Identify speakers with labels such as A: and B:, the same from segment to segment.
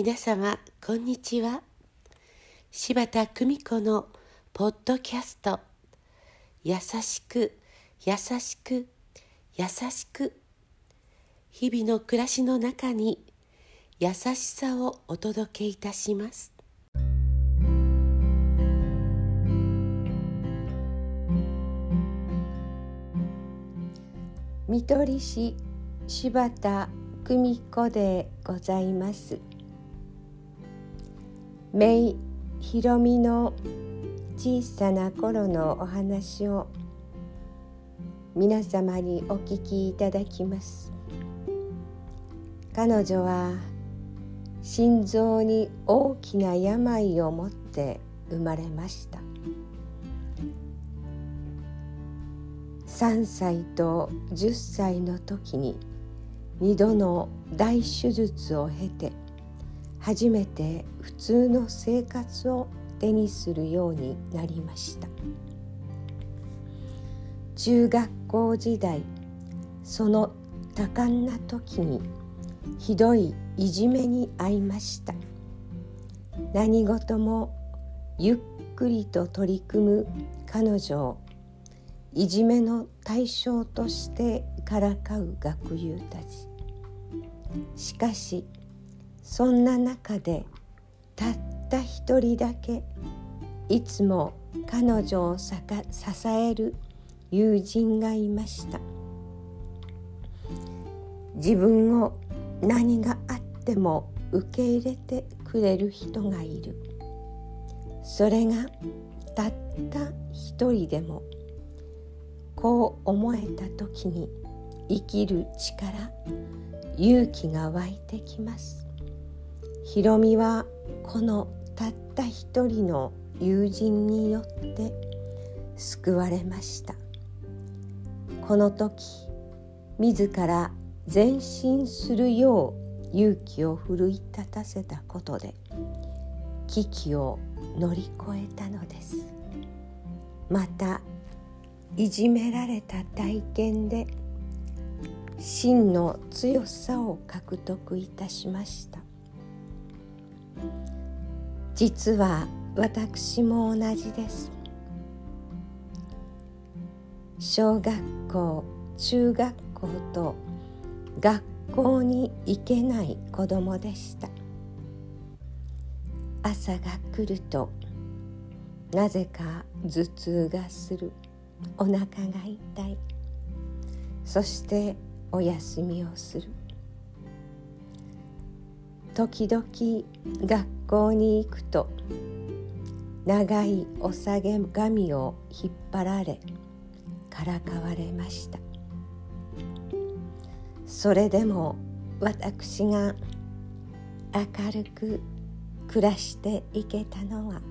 A: 皆様こんにちは。柴田久美子のポッドキャスト、優しく優しく優しく、日々の暮らしの中に優しさをお届けいたします。
B: 看取り師柴田久美子でございます。姪ひろみの小さな頃のお話を皆様にお聞きいただきます。彼女は心臓に大きな病を持って生まれました。3歳と10歳の時に2度の大手術を経て初めて普通の生活を手にするようになりました。中学校時代、その多感な時にひどいいじめに遭いました。何事もゆっくりと取り組む彼女をいじめの対象としてからかう学友たち。しかしそんな中でたった一人だけいつも彼女を支える友人がいました。自分を何があっても受け入れてくれる人がいる。それがたった一人でもこう思えた時に生きる力、勇気が湧いてきます。ひろみはこのたった一人の友人によって救われました。この時自ら前進するよう勇気を奮い立たせたことで危機を乗り越えたのです。またいじめられた体験で真の強さを獲得いたしました。実は私も同じです。小学校、中学校と学校に行けない子供でした。朝が来るとなぜか頭痛がする、お腹が痛い、そしてお休みをする。時々学校に行くと長いお下げ髪を引っ張られからかわれました。それでも私が明るく暮らしていけたのは、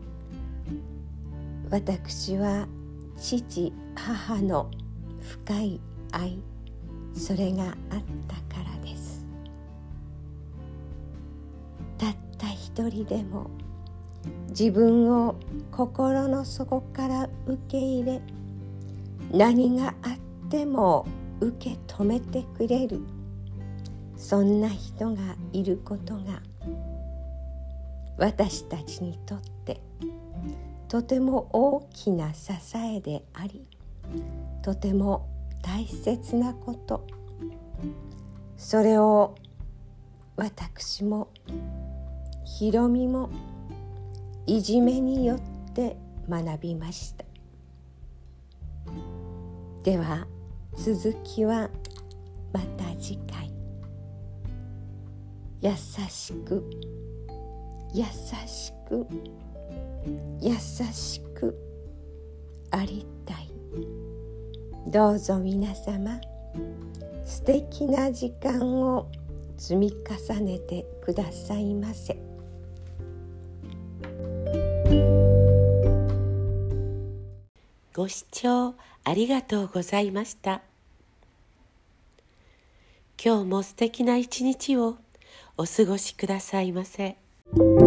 B: 私は父母の深い愛、それがあったからです。たった一人でも自分を心の底から受け入れ、何があっても受け止めてくれる、そんな人がいることが私たちにとってとても大きな支えであり、とても大切なこと。それを私もひろみもいじめによって学びました。では続きはまた次回。優しく優しく優しくありたい。どうぞ皆様、素敵な時間を積み重ねてくださいませ。
A: ご視聴ありがとうございました。今日も素敵な一日をお過ごしくださいませ。